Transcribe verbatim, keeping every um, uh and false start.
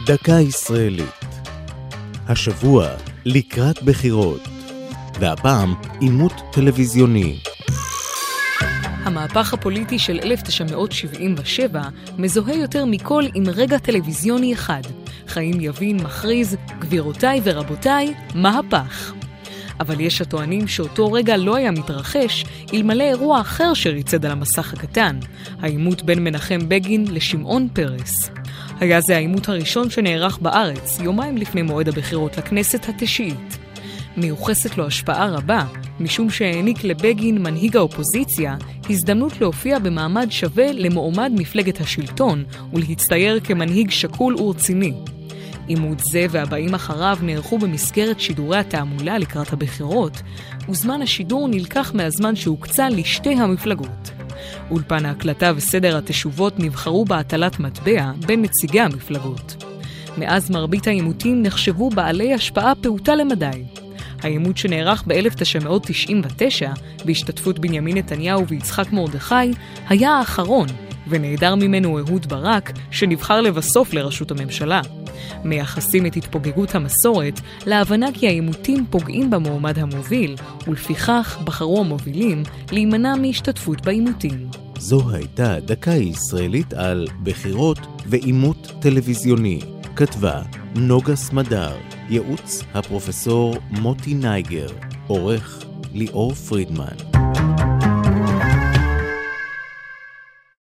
דקה ישראלית. השבוע לקראת בחירות, והפעם עימות טלוויזיוני. המהפך הפוליטי של אלף תשע מאות שבעים ושבע מזוהה יותר מכל עם רגע טלוויזיוני אחד. חיים יבין מכריז, גבירותיי ורבותיי, מהפך. אבל יש הטוענים שאותו רגע לא היה מתרחש אלמלא אירוע אחר שריצד על המסך הקטן, העימות בין מנחם בגין לשמעון פרס. היה זה העימות הראשון שנערך בארץ, יומיים לפני מועד הבחירות לכנסת התשיעית. מיוחסת לו השפעה רבה, משום שהעניק לבגין, מנהיג האופוזיציה, הזדמנות להופיע במעמד שווה למועמד מפלגת השלטון ולהצטייר כמנהיג שקול ורציני. עימות זה והבאים אחריו נערכו במסגרת שידורי התעמולה לקראת הבחירות, וזמן השידור נלקח מהזמן שהוקצה לשתי המפלגות. אולפן ההקלטה וסדר התשובות נבחרו בהטלת מטבע בין נציגי המפלגות. מאז מרבית העימותים נחשבו בעלי השפעה פעוטה למדי. העימות שנערך ב-אלף תשע מאות תשעים ותשע, בהשתתפות בנימין נתניהו ויצחק מרדכי, היה האחרון, ונעדר ממנו אהוד ברק, שנבחר לבסוף לראשות הממשלה. מייחסים את התפוגגות המסורת להבנה כי העימותים פוגעים במועמד המוביל, ולפיכך בחרו המובילים להימנע מהשתתפות בעימותים. זו הייתה דקה ישראלית על בחירות ועימות טלוויזיוני. כתבה נוגה סמדר, ייעוץ הפרופסור מוטי נייגר, עורך ליאור פרידמן.